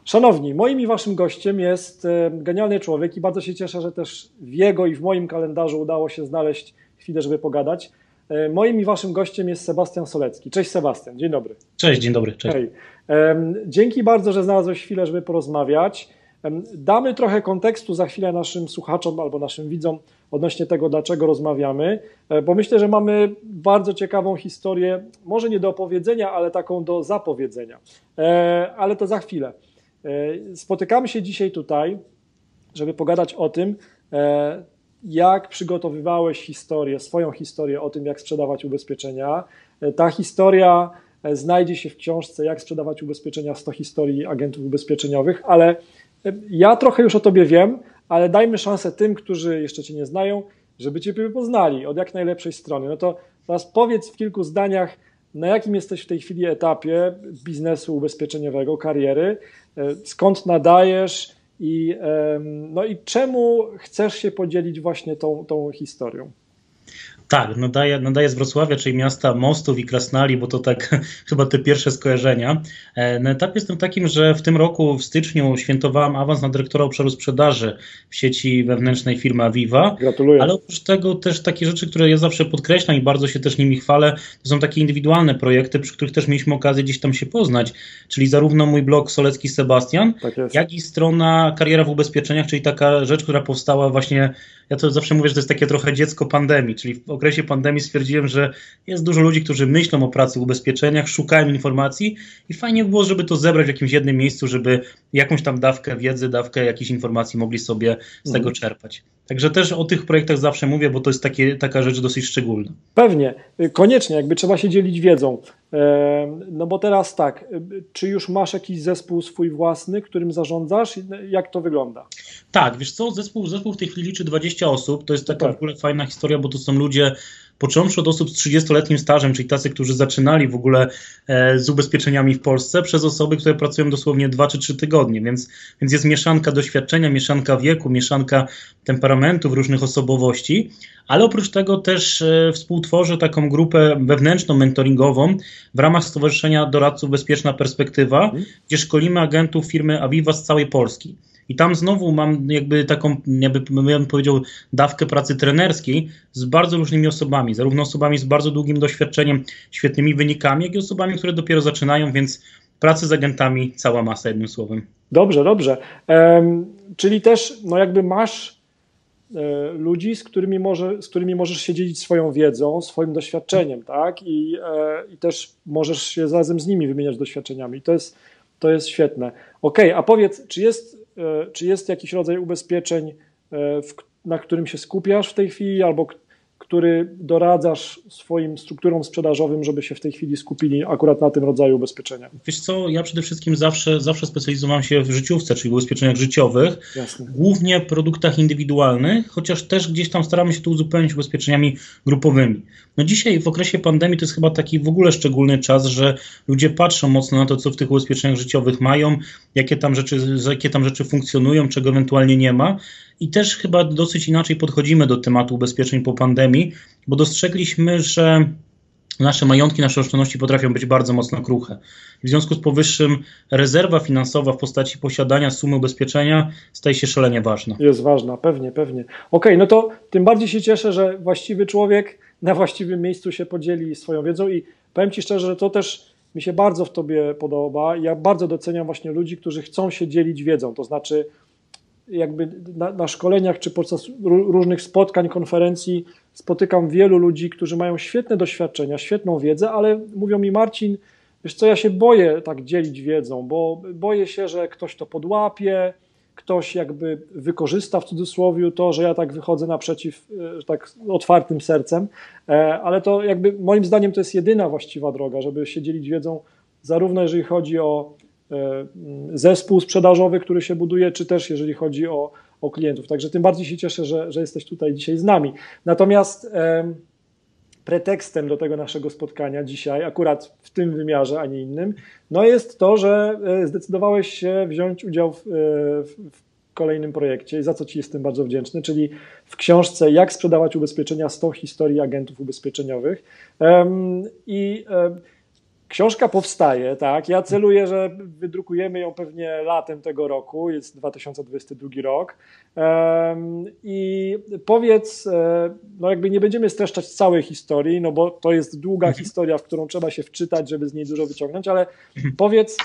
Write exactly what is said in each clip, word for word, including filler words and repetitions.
Szanowni, moim i waszym gościem jest genialny człowiek i bardzo się cieszę, że też w jego i w moim kalendarzu udało się znaleźć chwilę, żeby pogadać. Moim i waszym gościem jest Sebastian Solecki. Cześć Sebastian, dzień dobry. Cześć, dzień dobry. Cześć. Hej. Dzięki bardzo, że znalazłeś chwilę, żeby porozmawiać. Damy trochę kontekstu za chwilę naszym słuchaczom albo naszym widzom odnośnie tego, dlaczego rozmawiamy, bo myślę, że mamy bardzo ciekawą historię, może nie do opowiedzenia, ale taką do zapowiedzenia. Ale to za chwilę. Spotykamy się dzisiaj tutaj, żeby pogadać o tym, jak przygotowywałeś historię, swoją historię o tym, jak sprzedawać ubezpieczenia. Ta historia znajdzie się w książce Jak sprzedawać ubezpieczenia, sto historii agentów ubezpieczeniowych, ale ja trochę już o tobie wiem, ale dajmy szansę tym, którzy jeszcze cię nie znają, żeby cię poznali od jak najlepszej strony. No to teraz powiedz w kilku zdaniach, na jakim jesteś w tej chwili etapie biznesu ubezpieczeniowego, kariery, skąd nadajesz i, no i czemu chcesz się podzielić właśnie tą, tą historią? Tak, nadaję, nadaję z Wrocławia, czyli miasta Mostów i Krasnali, bo to tak chyba te pierwsze skojarzenia. Na etapie jestem takim, że w tym roku w styczniu świętowałem awans na dyrektora obszaru sprzedaży w sieci wewnętrznej firmy Aviva. Gratuluję. Ale oprócz tego też takie rzeczy, które ja zawsze podkreślam i bardzo się też nimi chwalę, to są takie indywidualne projekty, przy których też mieliśmy okazję gdzieś tam się poznać, czyli zarówno mój blog Solecki Sebastian, tak jak i strona Kariera w ubezpieczeniach, czyli taka rzecz, która powstała właśnie, ja to zawsze mówię, że to jest takie trochę dziecko pandemii, czyli w okresie pandemii stwierdziłem, że jest dużo ludzi, którzy myślą o pracy w ubezpieczeniach, szukają informacji i fajnie było, żeby to zebrać w jakimś jednym miejscu, żeby jakąś tam dawkę wiedzy, dawkę jakichś informacji mogli sobie z tego czerpać. Także też o tych projektach zawsze mówię, bo to jest takie, taka rzecz dosyć szczególna. Pewnie, koniecznie, jakby trzeba się dzielić wiedzą. No bo teraz tak, czy już masz jakiś zespół swój własny, którym zarządzasz? Jak to wygląda? Tak, wiesz co, zespół, zespół w tej chwili liczy dwadzieścia osób. To jest taka tak. w ogóle fajna historia, bo to są ludzie, począwszy od osób z trzydziestoletnim stażem, czyli tacy, którzy zaczynali w ogóle z ubezpieczeniami w Polsce, przez osoby, które pracują dosłownie dwa czy trzy tygodnie, więc, więc jest mieszanka doświadczenia, mieszanka wieku, mieszanka temperamentów, różnych osobowości, ale oprócz tego też współtworzę taką grupę wewnętrzną, mentoringową w ramach Stowarzyszenia Doradców Bezpieczna Perspektywa, hmm. gdzie szkolimy agentów firmy Aviva z całej Polski. I tam znowu mam jakby taką, jakby ja bym powiedział, dawkę pracy trenerskiej z bardzo różnymi osobami, zarówno osobami z bardzo długim doświadczeniem, świetnymi wynikami, jak i osobami, które dopiero zaczynają, więc pracy z agentami cała masa, jednym słowem. Dobrze, dobrze. Um, czyli też no jakby masz e, ludzi, z którymi, może, z którymi możesz się dzielić swoją wiedzą, swoim doświadczeniem, tak? I, e, i też możesz się razem z nimi wymieniać doświadczeniami. To jest, to jest świetne. Okej, a powiedz, czy jest Czy jest jakiś rodzaj ubezpieczeń, na którym się skupiasz w tej chwili, albo który doradzasz swoim strukturom sprzedażowym, żeby się w tej chwili skupili akurat na tym rodzaju ubezpieczenia? Wiesz co, ja przede wszystkim zawsze, zawsze specjalizowałem się w życiówce, czyli w ubezpieczeniach życiowych, Jasne. Głównie produktach indywidualnych, chociaż też gdzieś tam staramy się to uzupełnić ubezpieczeniami grupowymi. No dzisiaj w okresie pandemii to jest chyba taki w ogóle szczególny czas, że ludzie patrzą mocno na to, co w tych ubezpieczeniach życiowych mają, jakie tam rzeczy, jakie tam rzeczy funkcjonują, czego ewentualnie nie ma. I też chyba dosyć inaczej podchodzimy do tematu ubezpieczeń po pandemii, bo dostrzegliśmy, że nasze majątki, nasze oszczędności potrafią być bardzo mocno kruche. W związku z powyższym rezerwa finansowa w postaci posiadania sumy ubezpieczenia staje się szalenie ważna. Jest ważna, pewnie, pewnie. Okej, no to tym bardziej się cieszę, że właściwy człowiek na właściwym miejscu się podzieli swoją wiedzą i powiem Ci szczerze, że to też mi się bardzo w Tobie podoba. Ja bardzo doceniam właśnie ludzi, którzy chcą się dzielić wiedzą, to znaczy jakby na, na szkoleniach czy podczas różnych spotkań, konferencji spotykam wielu ludzi, którzy mają świetne doświadczenia, świetną wiedzę, ale mówią mi: Marcin, wiesz co, ja się boję tak dzielić wiedzą, bo boję się, że ktoś to podłapie, ktoś jakby wykorzysta w cudzysłowie to, że ja tak wychodzę naprzeciw tak otwartym sercem, ale to jakby moim zdaniem to jest jedyna właściwa droga, żeby się dzielić wiedzą, zarówno jeżeli chodzi o zespół sprzedażowy, który się buduje, czy też jeżeli chodzi o, o klientów. Także tym bardziej się cieszę, że, że jesteś tutaj dzisiaj z nami. Natomiast e, pretekstem do tego naszego spotkania dzisiaj, akurat w tym wymiarze, a nie innym, no jest to, że zdecydowałeś się wziąć udział w, w, w kolejnym projekcie, za co Ci jestem bardzo wdzięczny, czyli w książce Jak sprzedawać ubezpieczenia, sto historii agentów ubezpieczeniowych. Um, I um, książka powstaje, tak, ja celuję, że wydrukujemy ją pewnie latem tego roku, jest dwa tysiące dwudziesty drugi rok i powiedz, no jakby nie będziemy streszczać całej historii, no bo to jest długa historia, w którą trzeba się wczytać, żeby z niej dużo wyciągnąć, ale powiedz,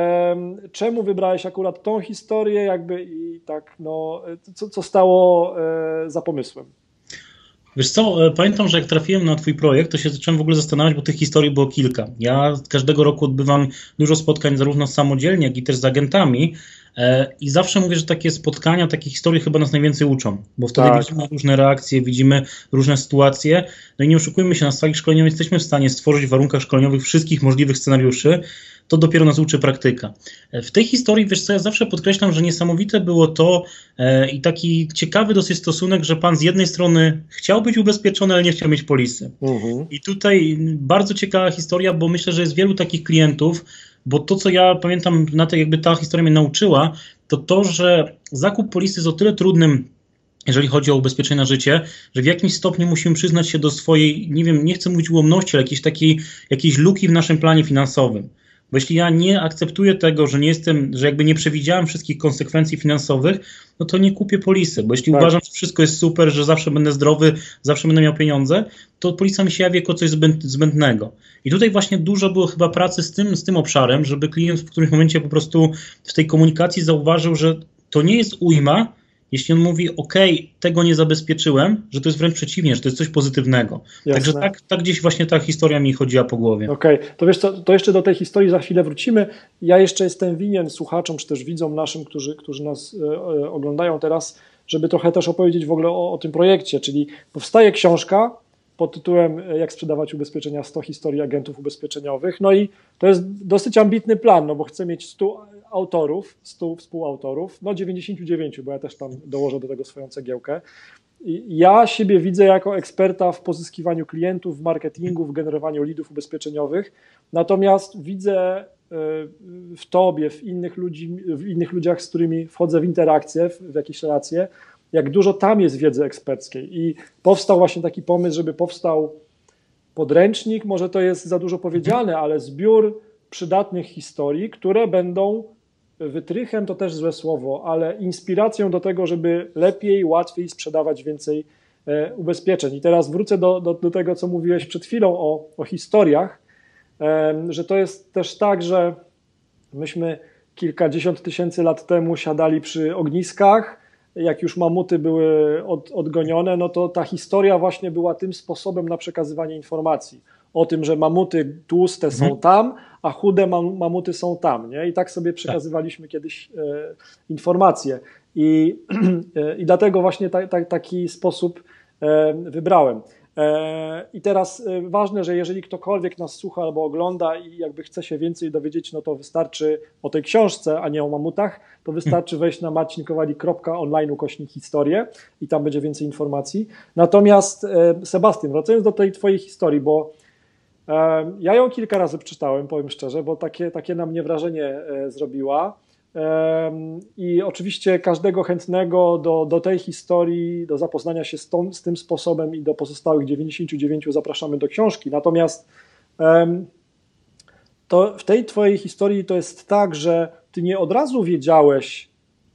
czemu wybrałeś akurat tą historię, jakby i tak, no, co, co stało za pomysłem? Wiesz co, pamiętam, że jak trafiłem na twój projekt, to się zacząłem w ogóle zastanawiać, bo tych historii było kilka. Ja każdego roku odbywam dużo spotkań zarówno samodzielnie, jak i też z agentami i zawsze mówię, że takie spotkania, takie historie chyba nas najwięcej uczą, bo wtedy tak. widzimy różne reakcje, widzimy różne sytuacje, no i nie oszukujmy się, na sali szkoleniowej jesteśmy w stanie stworzyć w warunkach szkoleniowych wszystkich możliwych scenariuszy, to dopiero nas uczy praktyka. W tej historii, wiesz co, ja zawsze podkreślam, że niesamowite było to e, i taki ciekawy dosyć stosunek, że pan z jednej strony chciał być ubezpieczony, ale nie chciał mieć polisy. Uh-huh. I tutaj bardzo ciekawa historia, bo myślę, że jest wielu takich klientów, bo to, co ja pamiętam, na to jakby ta historia mnie nauczyła, to to, że zakup polisy jest o tyle trudnym, jeżeli chodzi o ubezpieczenie na życie, że w jakimś stopniu musimy przyznać się do swojej, nie wiem, nie chcę mówić ułomności, ale jakiejś takiej, jakiejś luki w naszym planie finansowym. Bo jeśli ja nie akceptuję tego, że nie jestem, że jakby nie przewidziałem wszystkich konsekwencji finansowych, no to nie kupię polisy, bo jeśli tak. uważam, że wszystko jest super, że zawsze będę zdrowy, zawsze będę miał pieniądze, to polisa mi się jawi jako coś zbędnego. I tutaj właśnie dużo było chyba pracy z tym, z tym obszarem, żeby klient w którymś momencie po prostu w tej komunikacji zauważył, że to nie jest ujma, jeśli on mówi, ok, tego nie zabezpieczyłem, że to jest wręcz przeciwnie, że to jest coś pozytywnego. Jasne. Także tak, tak gdzieś właśnie ta historia mi chodziła po głowie. Okej, okay. To wiesz co, to jeszcze do tej historii za chwilę wrócimy. Ja jeszcze jestem winien słuchaczom, czy też widzom naszym, którzy, którzy nas e, oglądają teraz, żeby trochę też opowiedzieć w ogóle o, o tym projekcie, czyli powstaje książka pod tytułem Jak sprzedawać ubezpieczenia, sto historii agentów ubezpieczeniowych. No i to jest dosyć ambitny plan, no bo chcę mieć stu autorów, stu współautorów, no dziewięćdziesięciu dziewięciu, bo ja też tam dołożę do tego swoją cegiełkę. I ja siebie widzę jako eksperta w pozyskiwaniu klientów, w marketingu, w generowaniu leadów ubezpieczeniowych, natomiast widzę w tobie, w innych, ludzi, w innych ludziach, z którymi wchodzę w interakcję, w jakieś relacje, jak dużo tam jest wiedzy eksperckiej i powstał właśnie taki pomysł, żeby powstał podręcznik, może to jest za dużo powiedziane, ale zbiór przydatnych historii, które będą wytrychem, to też złe słowo, ale inspiracją do tego, żeby lepiej, łatwiej sprzedawać więcej e, ubezpieczeń. I teraz wrócę do, do, do tego, co mówiłeś przed chwilą o, o historiach, e, że to jest też tak, że myśmy kilkadziesiąt tysięcy lat temu siadali przy ogniskach, jak już mamuty były od, odgonione, no to ta historia właśnie była tym sposobem na przekazywanie informacji o tym, że mamuty tłuste są mhm. tam, a chude mam, mamuty są tam, nie? I tak sobie przekazywaliśmy tak. kiedyś e, informacje i, e, i dlatego właśnie ta, ta, taki sposób e, wybrałem. E, I teraz e, ważne, że jeżeli ktokolwiek nas słucha albo ogląda i jakby chce się więcej dowiedzieć, no to wystarczy o tej książce, a nie o mamutach, to wystarczy wejść na marcinkowali kropka online ukośnik historię i tam będzie więcej informacji. Natomiast e, Sebastian, wracając do tej twojej historii, bo ja ją kilka razy przeczytałem, powiem szczerze, bo takie, takie na mnie wrażenie zrobiła i oczywiście każdego chętnego do, do tej historii, do zapoznania się z, tą, z tym sposobem i do pozostałych dziewięćdziesięciu dziewięciu zapraszamy do książki. Natomiast to w tej twojej historii to jest tak, że ty nie od razu wiedziałeś,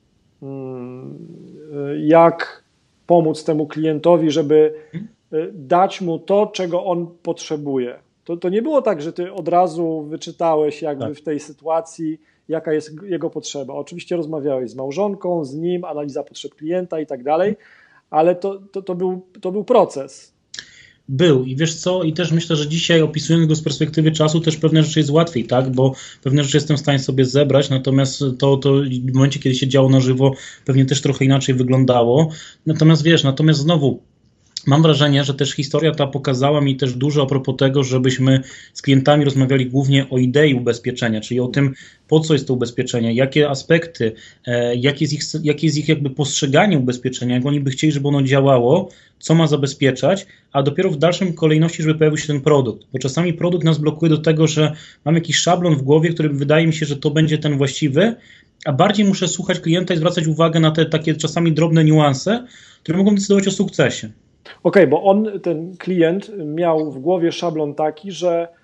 jak pomóc temu klientowi, żeby dać mu to, czego on potrzebuje. To, to nie było tak, że ty od razu wyczytałeś jakby tak. w tej sytuacji, jaka jest jego potrzeba. Oczywiście rozmawiałeś z małżonką, z nim, analiza potrzeb klienta i tak dalej, ale to, to, to, był, to był proces. Był i wiesz co, i też myślę, że dzisiaj opisując go z perspektywy czasu też pewne rzeczy jest łatwiej, tak, bo pewne rzeczy jestem w stanie sobie zebrać, natomiast to, to w momencie, kiedy się działo na żywo, pewnie też trochę inaczej wyglądało. Natomiast wiesz, natomiast znowu mam wrażenie, że też historia ta pokazała mi też dużo a propos tego, żebyśmy z klientami rozmawiali głównie o idei ubezpieczenia, czyli o tym, po co jest to ubezpieczenie, jakie aspekty, e, jakie, jest ich, jakie jest ich jakby postrzeganie ubezpieczenia, jak oni by chcieli, żeby ono działało, co ma zabezpieczać, a dopiero w dalszym kolejności, żeby pojawił się ten produkt. Bo czasami produkt nas blokuje do tego, że mam jakiś szablon w głowie, który wydaje mi się, że to będzie ten właściwy, a bardziej muszę słuchać klienta i zwracać uwagę na te takie czasami drobne niuanse, które mogą decydować o sukcesie. Okej, okay, bo on, ten klient miał w głowie szablon taki, że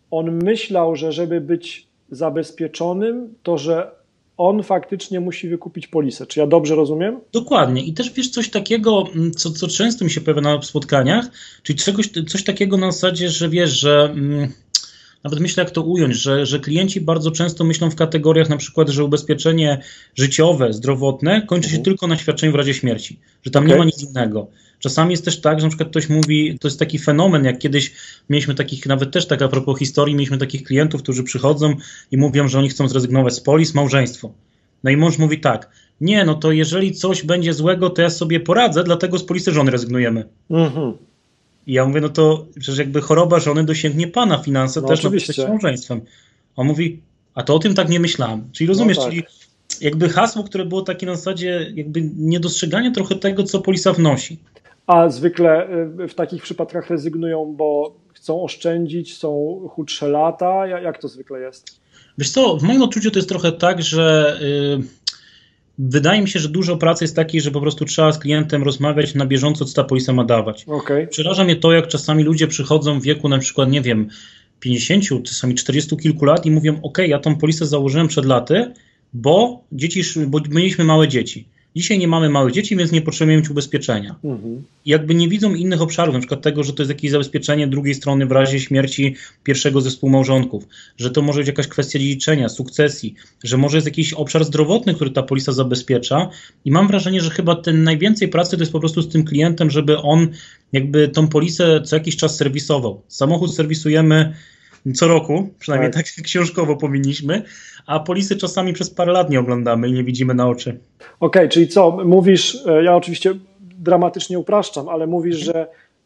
on myślał, że żeby być zabezpieczonym, to że on faktycznie musi wykupić polisę. Czy ja dobrze rozumiem? Dokładnie. I też wiesz coś takiego, co, co często mi się pojawia na spotkaniach, czyli czegoś, coś takiego na zasadzie, że wiesz, że mm, nawet myślę, jak to ująć, że, że klienci bardzo często myślą w kategoriach na przykład, że ubezpieczenie życiowe, zdrowotne kończy się Mhm. tylko na świadczeniu w razie śmierci, że tam Okay. nie ma nic innego. Czasami jest też tak, że na przykład ktoś mówi, to jest taki fenomen, jak kiedyś mieliśmy takich, nawet też tak a propos historii, mieliśmy takich klientów, którzy przychodzą i mówią, że oni chcą zrezygnować z polis, małżeństwo. No i mąż mówi tak, nie, no to jeżeli coś będzie złego, to ja sobie poradzę, dlatego z polisy żony rezygnujemy. Mhm. I ja mówię, no to przecież jakby choroba żony dosięgnie pana, finanse No też oczywiście. napisać małżeństwem. On mówi, a to o tym tak nie myślałem. Czyli rozumiesz, No tak. czyli jakby hasło, które było takie na zasadzie jakby niedostrzeganie trochę tego, co polisa wnosi. A zwykle y, w takich przypadkach rezygnują, bo chcą oszczędzić, są chudsze lata. Ja- Jak to zwykle jest? Wiesz co, w moim odczuciu to jest trochę tak, że yy, wydaje mi się, że dużo pracy jest takiej, że po prostu trzeba z klientem rozmawiać na bieżąco, co ta polisa ma dawać. Okej. Przeraża mnie to, jak czasami ludzie przychodzą w wieku na przykład, nie wiem, pięćdziesięciu, czasami czterdziestu kilku lat i mówią, ok, ja tą polisę założyłem przed laty, bo dzieci, bo mieliśmy małe dzieci. Dzisiaj nie mamy małych dzieci, więc nie potrzebujemy mieć ubezpieczenia. Mhm. I jakby nie widzą innych obszarów, na przykład tego, że to jest jakieś zabezpieczenie drugiej strony w razie śmierci pierwszego ze współmałżonków, że to może być jakaś kwestia dziedziczenia, sukcesji, że może jest jakiś obszar zdrowotny, który ta polisa zabezpiecza i mam wrażenie, że chyba ten najwięcej pracy to jest po prostu z tym klientem, żeby on jakby tą polisę co jakiś czas serwisował. Samochód serwisujemy co roku, przynajmniej tak, tak książkowo powinniśmy, a polisy czasami przez parę lat nie oglądamy i nie widzimy na oczy. Okej, czyli co, mówisz, e, ja oczywiście dramatycznie upraszczam, ale mówisz, że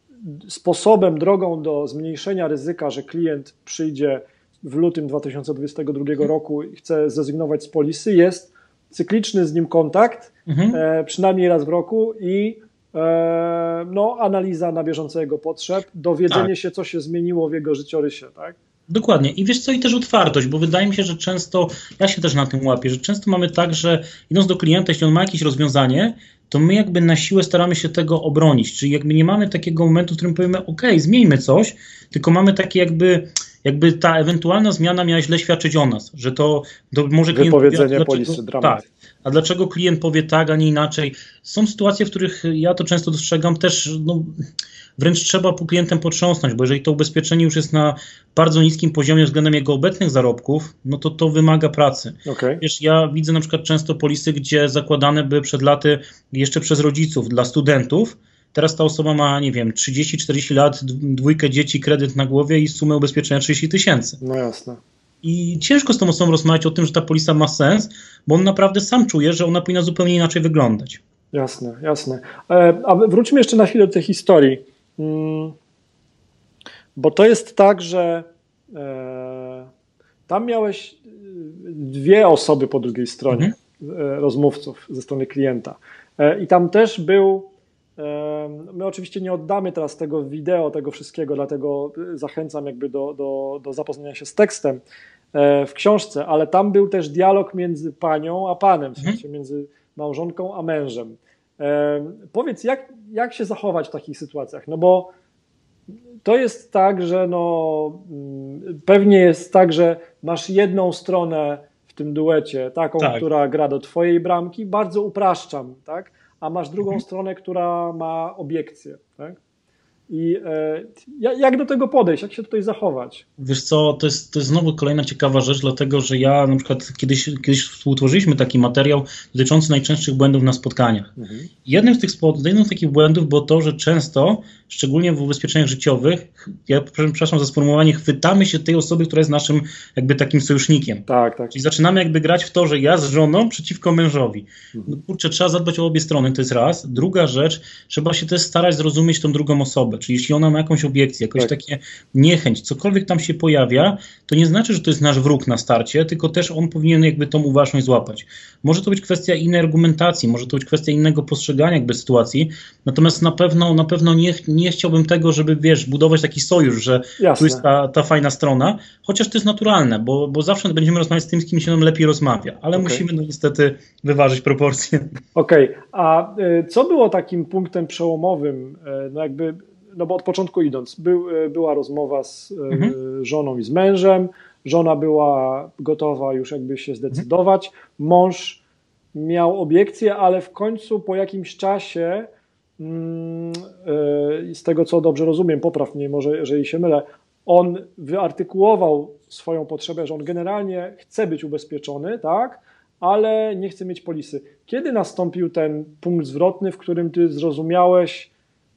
sposobem, drogą do zmniejszenia ryzyka, że klient przyjdzie w lutym dwa tysiące dwudziestego drugiego roku i chce zrezygnować z polisy, jest cykliczny z nim kontakt, Mhm. e, przynajmniej raz w roku i e, no, analiza na bieżąco jego potrzeb, dowiedzenie Tak. się, co się zmieniło w jego życiorysie, tak? Dokładnie. I wiesz co, i też otwartość, bo wydaje mi się, że często, ja się też na tym łapię, że często mamy tak, że idąc do klienta, jeśli on ma jakieś rozwiązanie, to my jakby na siłę staramy się tego obronić, czyli jakby nie mamy takiego momentu, w którym powiemy, ok, zmieńmy coś, tylko mamy takie jakby, jakby ta ewentualna zmiana miała źle świadczyć o nas, że to, to może klient Wypowiedzenie powie, a polisy, dlaczego, dramat. tak, a dlaczego klient powie tak, a nie inaczej. Są sytuacje, w których ja to często dostrzegam też, no, wręcz trzeba po klientem potrząsnąć, bo jeżeli to ubezpieczenie już jest na bardzo niskim poziomie względem jego obecnych zarobków, no to to wymaga pracy. Okay. Wiesz, ja widzę na przykład często polisy, gdzie zakładane były przed laty jeszcze przez rodziców dla studentów. Teraz ta osoba ma, nie wiem, trzydzieści czterdzieści lat, dwójkę dzieci, kredyt na głowie i sumę ubezpieczenia trzydzieści tysięcy. No jasne. I ciężko z tą osobą rozmawiać o tym, że ta polisa ma sens, bo on naprawdę sam czuje, że ona powinna zupełnie inaczej wyglądać. Jasne, jasne. E, a wróćmy jeszcze na chwilę do tej historii. Hmm, bo to jest tak, że e, tam miałeś dwie osoby po drugiej stronie, mhm. e, rozmówców ze strony klienta. E, I tam też był, e, my oczywiście nie oddamy teraz tego wideo, tego wszystkiego, dlatego zachęcam jakby do, do, do zapoznania się z tekstem e, w książce, ale tam był też dialog między panią a panem, w sensie mhm. między małżonką a mężem. E, powiedz, jak, jak się zachować w takich sytuacjach? No bo to jest tak, że no, pewnie jest tak, że masz jedną stronę w tym duecie, taką, tak. która gra do twojej bramki, bardzo upraszczam, tak? A masz drugą mhm. stronę, która ma obiekcje, tak? I e, jak do tego podejść, jak się tutaj zachować? Wiesz co, to jest, to jest znowu kolejna ciekawa rzecz, dlatego że ja na przykład kiedyś, kiedyś współtworzyliśmy taki materiał dotyczący najczęstszych błędów na spotkaniach. Mhm. Jednym z tych jednym z takich błędów było to, że często, szczególnie w ubezpieczeniach życiowych, ja przepraszam za sformułowanie, chwytamy się tej osoby, która jest naszym jakby takim sojusznikiem. Tak, tak. Czyli zaczynamy jakby grać w to, że ja z żoną przeciwko mężowi. No kurczę, trzeba zadbać o obie strony, to jest raz. Druga rzecz, trzeba się też starać zrozumieć tą drugą osobę. Czyli jeśli ona ma jakąś obiekcję, jakąś tak. takie niechęć, cokolwiek tam się pojawia, to nie znaczy, że to jest nasz wróg na starcie, tylko też on powinien jakby tą uważność złapać. Może to być kwestia innej argumentacji, może to być kwestia innego postrzegania jakby sytuacji, natomiast na pewno, na pewno nie, nie chciałbym tego, żeby, wiesz, budować taki sojusz, że Jasne. tu jest ta, ta fajna strona, chociaż to jest naturalne, bo, bo zawsze będziemy rozmawiać z tym, z kim się nam lepiej rozmawia, ale okay. musimy no niestety wyważyć proporcje. Okej, okay. A y, co było takim punktem przełomowym, y, no jakby no bo od początku idąc, był, była rozmowa z Mhm. żoną i z mężem, żona była gotowa już jakby się zdecydować, mąż miał obiekcje, ale w końcu po jakimś czasie, z tego co dobrze rozumiem, popraw mnie może, jeżeli się mylę, on wyartykułował swoją potrzebę, że on generalnie chce być ubezpieczony, tak, ale nie chce mieć polisy. Kiedy nastąpił ten punkt zwrotny, w którym ty zrozumiałeś,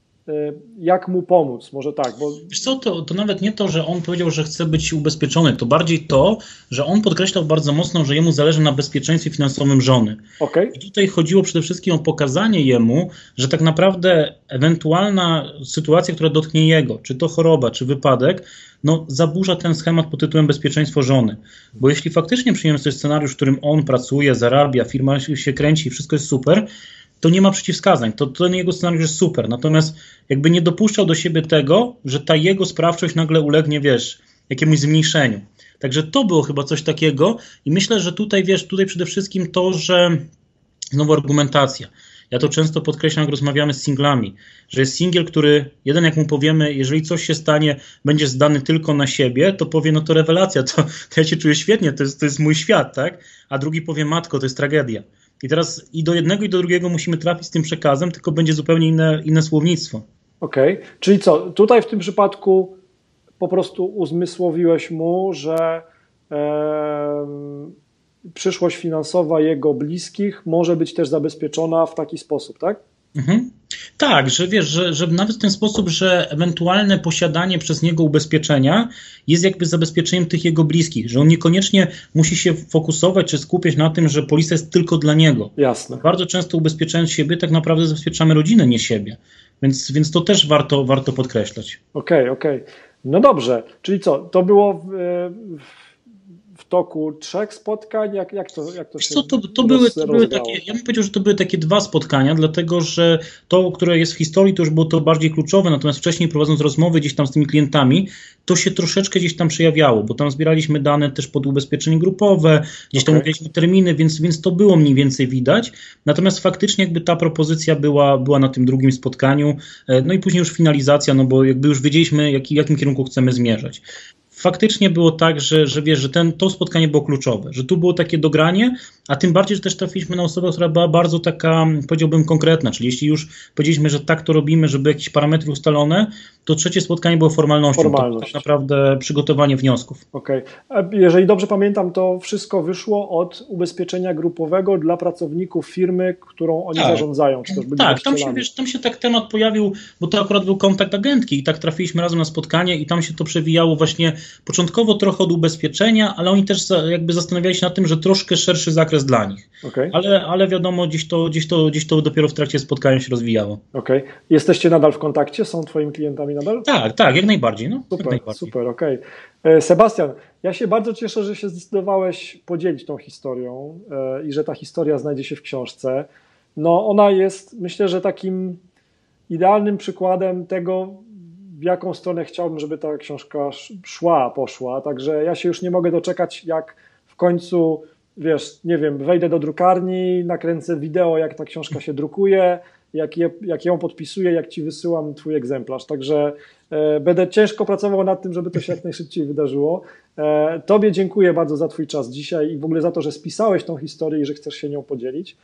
jak mu pomóc? Może tak, bo... Wiesz co, to, to nawet nie to, że on powiedział, że chce być ubezpieczony, to bardziej to, że on podkreślał bardzo mocno, że jemu zależy na bezpieczeństwie finansowym żony. Okay. I tutaj chodziło przede wszystkim o pokazanie jemu, że tak naprawdę ewentualna sytuacja, która dotknie jego, czy to choroba, czy wypadek, no zaburza ten schemat pod tytułem bezpieczeństwo żony. Bo jeśli faktycznie przyjmiemy sobie scenariusz, w którym on pracuje, zarabia, firma się kręci, wszystko jest super, to nie ma przeciwwskazań, to ten jego scenariusz jest super, natomiast jakby nie dopuszczał do siebie tego, że ta jego sprawczość nagle ulegnie, wiesz, jakiemuś zmniejszeniu. Także to było chyba coś takiego i myślę, że tutaj, wiesz, tutaj przede wszystkim to, że znowu argumentacja. Ja to często podkreślam, jak rozmawiamy z singlami, że jest singiel, który jeden jak mu powiemy, jeżeli coś się stanie, będzie zdany tylko na siebie, to powie, no to rewelacja, to, to ja się czuję świetnie, to jest, to jest mój świat, tak? A drugi powie, matko, to jest tragedia. I teraz i do jednego, i do drugiego musimy trafić z tym przekazem, tylko będzie zupełnie inne, inne słownictwo. Okej, okay. Czyli co, tutaj w tym przypadku po prostu uzmysłowiłeś mu, że e, przyszłość finansowa jego bliskich może być też zabezpieczona w taki sposób, tak? Mhm. Tak, że wiesz, że, że nawet w ten sposób, że ewentualne posiadanie przez niego ubezpieczenia jest jakby zabezpieczeniem tych jego bliskich, że on niekoniecznie musi się fokusować czy skupiać na tym, że polisa jest tylko dla niego. Jasne. Bardzo często ubezpieczając siebie, tak naprawdę zabezpieczamy rodzinę, nie siebie. Więc, więc to też warto, warto podkreślać. Okej, okay, okej. Okay. No dobrze, czyli co, to było w, w w toku trzech spotkań? Jak, jak to, jak to się Co, to, to, były, to były takie, ja bym powiedział, że to były takie dwa spotkania, dlatego że to, które jest w historii, to już było to bardziej kluczowe, natomiast wcześniej prowadząc rozmowy gdzieś tam z tymi klientami, to się troszeczkę gdzieś tam przejawiało, bo tam zbieraliśmy dane też pod ubezpieczenie grupowe, gdzieś tam okay. mówiliśmy terminy, więc, więc to było mniej więcej widać, natomiast faktycznie jakby ta propozycja była, była na tym drugim spotkaniu, no i później już finalizacja, no bo jakby już wiedzieliśmy, jak, jakim kierunku chcemy zmierzać. Faktycznie było tak, że, że wiesz, że ten, to spotkanie było kluczowe, że tu było takie dogranie, a tym bardziej, że też trafiliśmy na osobę, która była bardzo taka, powiedziałbym, konkretna, czyli jeśli już powiedzieliśmy, że tak to robimy, żeby jakieś parametry ustalone, to trzecie spotkanie było formalnością, Formalność. To tak naprawdę przygotowanie wniosków. Okej. Okay. Jeżeli dobrze pamiętam, to wszystko wyszło od ubezpieczenia grupowego dla pracowników firmy, którą oni tak. zarządzają, czy też byli Tak, tam się, wiesz, tam się tak temat pojawił, bo to akurat był kontakt agentki i tak trafiliśmy razem na spotkanie i tam się to przewijało właśnie początkowo trochę od ubezpieczenia, ale oni też jakby zastanawiali się nad tym, że troszkę szerszy zakres dla nich. Okay. Ale, ale wiadomo, gdzieś to, gdzieś, to, gdzieś to dopiero w trakcie spotkania się rozwijało. Okej. Okay. Jesteście nadal w kontakcie? Są twoimi klientami nadal? Tak, tak, jak najbardziej. No, super, jak najbardziej. super, okej. Okay. Sebastian, ja się bardzo cieszę, że się zdecydowałeś podzielić tą historią i że ta historia znajdzie się w książce. No ona jest, myślę, że takim idealnym przykładem tego, w jaką stronę chciałbym, żeby ta książka szła, poszła. Także ja się już nie mogę doczekać, jak w końcu, wiesz, nie wiem, wejdę do drukarni, nakręcę wideo, jak ta książka się drukuje, jak, je, jak ją podpisuję, jak ci wysyłam twój egzemplarz. Także e, będę ciężko pracował nad tym, żeby to się jak najszybciej wydarzyło. E, tobie dziękuję bardzo za twój czas dzisiaj i w ogóle za to, że spisałeś tą historię i że chcesz się nią podzielić.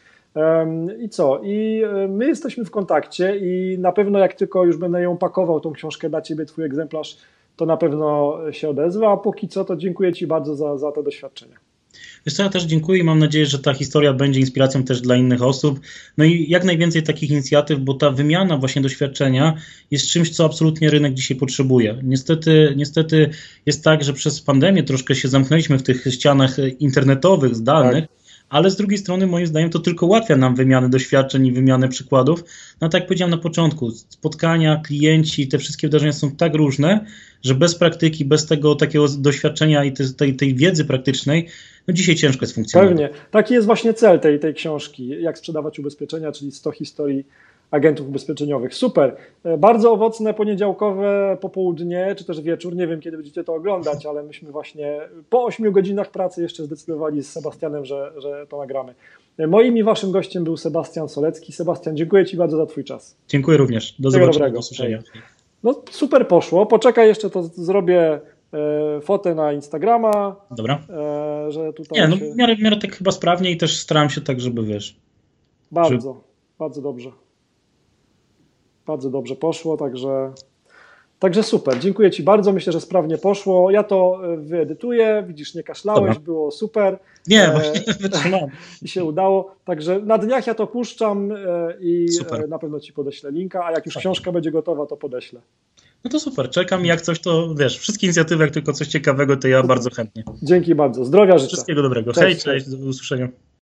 I co? I my jesteśmy w kontakcie i na pewno jak tylko już będę ją pakował, tą książkę dla ciebie, twój egzemplarz, to na pewno się odezwę, a póki co to dziękuję ci bardzo za, za te doświadczenia. Wiesz co, ja też dziękuję i mam nadzieję, że ta historia będzie inspiracją też dla innych osób. No i jak najwięcej takich inicjatyw, bo ta wymiana właśnie doświadczenia jest czymś, co absolutnie rynek dzisiaj potrzebuje. Niestety, niestety jest tak, że przez pandemię troszkę się zamknęliśmy w tych ścianach internetowych, zdalnych, tak. Ale z drugiej strony moim zdaniem to tylko ułatwia nam wymianę doświadczeń i wymianę przykładów. No tak jak powiedziałem na początku, spotkania, klienci, te wszystkie wydarzenia są tak różne, że bez praktyki, bez tego takiego doświadczenia i tej, tej wiedzy praktycznej, no dzisiaj ciężko jest funkcjonować. Pewnie. Taki jest właśnie cel tej, tej książki, jak sprzedawać ubezpieczenia, czyli sto historii agentów ubezpieczeniowych. Super. Bardzo owocne poniedziałkowe popołudnie, czy też wieczór. Nie wiem, kiedy będziecie to oglądać, ale myśmy właśnie po ośmiu godzinach pracy jeszcze zdecydowali z Sebastianem, że, że to nagramy. Moim i waszym gościem był Sebastian Solecki. Sebastian, dziękuję ci bardzo za twój czas. Dziękuję również. Do zobaczenia. Do usłyszenia. No super poszło, poczekaj jeszcze, to zrobię e, fotę na Instagrama. Dobra. E, że tutaj Nie, no się... w miarę, w miarę tak chyba sprawnie i też staram się tak, żeby wiesz. Bardzo, że... bardzo dobrze. Bardzo dobrze poszło, także... Także super, dziękuję Ci bardzo, myślę, że sprawnie poszło. Ja to wyedytuję, widzisz, nie kaszlałeś, Dobra. było super. Nie, e, właśnie wytrzymałem. I się udało, także na dniach ja to puszczam e, i Super. e, na pewno Ci podeślę linka, a jak już Tak. książka będzie gotowa, to podeślę. No to super, czekam, jak coś to, wiesz, wszystkie inicjatywy, jak tylko coś ciekawego, to ja Super. bardzo chętnie. Dzięki bardzo, zdrowia życzę. Wszystkiego dobrego. Cześć, Hej, cześć, cześć. do usłyszenia.